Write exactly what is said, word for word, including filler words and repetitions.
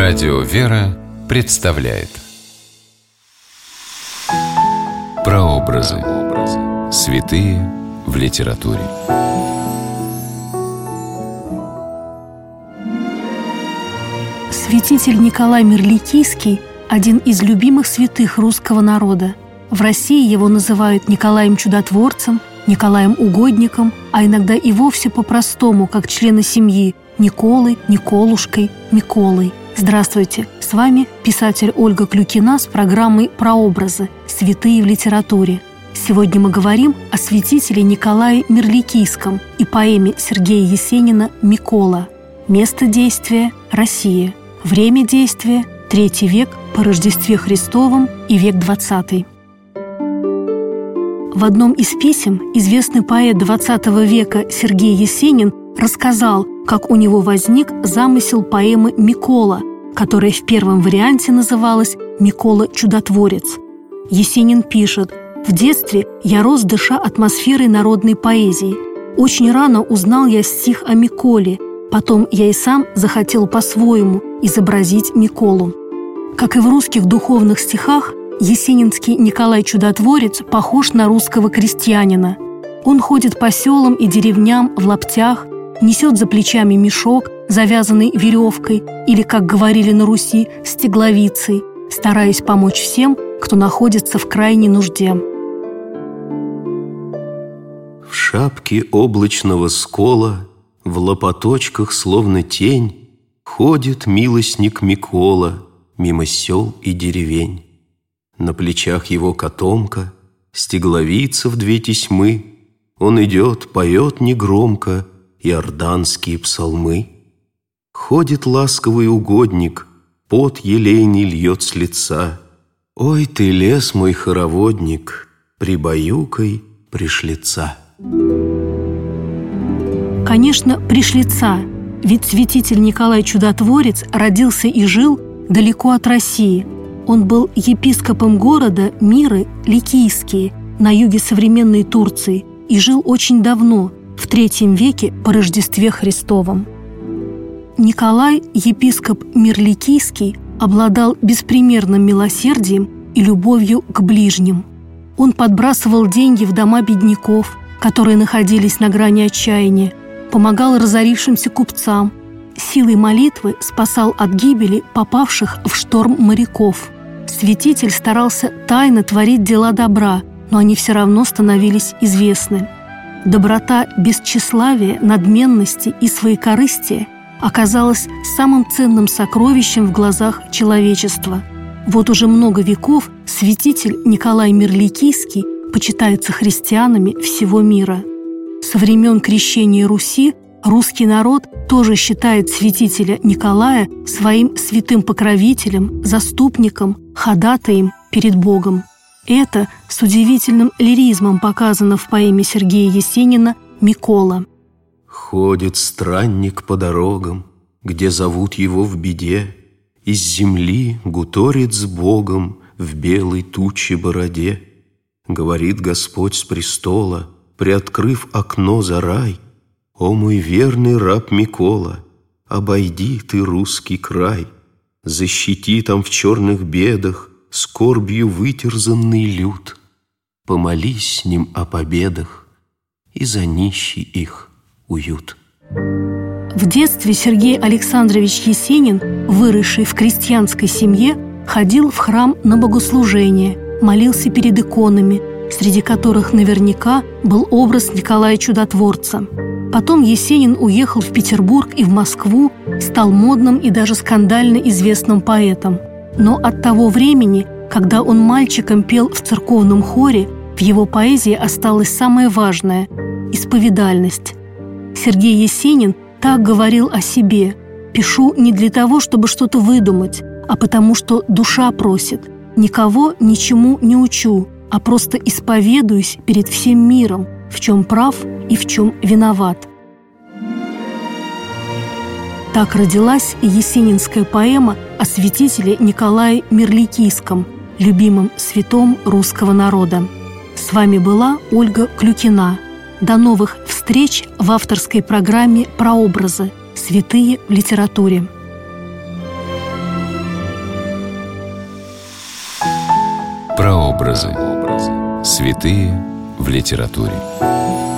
Радио «Вера» представляет Прообразы. Святые в литературе. Святитель Николай Мирликийский – один из любимых святых русского народа. В России его называют Николаем Чудотворцем, Николаем Угодником, а иногда и вовсе по-простому, как члена семьи – Николой, Николушкой, Миколой. Здравствуйте! С вами писатель Ольга Клюкина с программой «Прообразы. Святые в литературе». Сегодня мы говорим о святителе Николае Мирликийском и поэме Сергея Есенина «Микола». Место действия – Россия. Время действия – третий век по Рождестве Христовом и век двадцатый. В одном из писем известный поэт двадцатого века Сергей Есенин рассказал, как у него возник замысел поэмы «Микола», которая в первом варианте называлась «Микола Чудотворец». Есенин пишет: «В детстве я рос, дыша атмосферой народной поэзии. Очень рано узнал я стих о Миколе. Потом я и сам захотел по-своему изобразить Миколу». Как и в русских духовных стихах, есенинский Николай Чудотворец похож на русского крестьянина. Он ходит по селам и деревням в лаптях, несет за плечами мешок, завязанный веревкой, или, как говорили на Руси, стегловицей, стараясь помочь всем, кто находится в крайней нужде. В шапке облачного скола, в лопаточках словно тень, ходит милостник Микола мимо сел и деревень. На плечах его котомка, стегловица в две тесьмы. Он идет, поет негромко иорданские псалмы. Ходит ласковый угодник, пот елейный льет с лица. Ой ты, лес мой хороводник, прибаюкай пришлица. Конечно, пришлица, ведь святитель Николай Чудотворец родился и жил далеко от России. Он был епископом города Миры Ликийские на юге современной Турции и жил очень давно, в третьем веке по Рождестве Христовом. Николай, епископ Мирликийский, обладал беспримерным милосердием и любовью к ближним. Он подбрасывал деньги в дома бедняков, которые находились на грани отчаяния, помогал разорившимся купцам, силой молитвы спасал от гибели попавших в шторм моряков. Святитель старался тайно творить дела добра, но они все равно становились известны. Доброта без тщеславия, надменности и своекорыстия оказалась самым ценным сокровищем в глазах человечества. Вот уже много веков святитель Николай Мирликийский почитается христианами всего мира. Со времен крещения Руси русский народ тоже считает святителя Николая своим святым покровителем, заступником, ходатаем перед Богом. Это с удивительным лиризмом показано в поэме Сергея Есенина «Микола». Ходит странник по дорогам, где зовут его в беде, из земли гуторит с Богом в белой туче бороде. Говорит Господь с престола, приоткрыв окно за рай: «О мой верный раб Микола, обойди ты русский край, защити там в черных бедах скорбью вытерзанный люд, помолись с ним о победах и за нищий их уют». В детстве Сергей Александрович Есенин, выросший в крестьянской семье, ходил в храм на богослужение, молился перед иконами, среди которых наверняка был образ Николая Чудотворца. Потом Есенин уехал в Петербург и в Москву, стал модным и даже скандально известным поэтом. Но от того времени, когда он мальчиком пел в церковном хоре, в его поэзии осталось самое важное – исповедальность. Сергей Есенин так говорил о себе: «Пишу не для того, чтобы что-то выдумать, а потому что душа просит. Никого ничему не учу, а просто исповедуюсь перед всем миром, в чем прав и в чем виноват». Так родилась и есенинская поэма о святителе Николае Мирликийском, любимом святом русского народа. С вами была Ольга Клюкина. До новых встреч в авторской программе «Прообразы. Святые в литературе». Прообразы. Святые в литературе.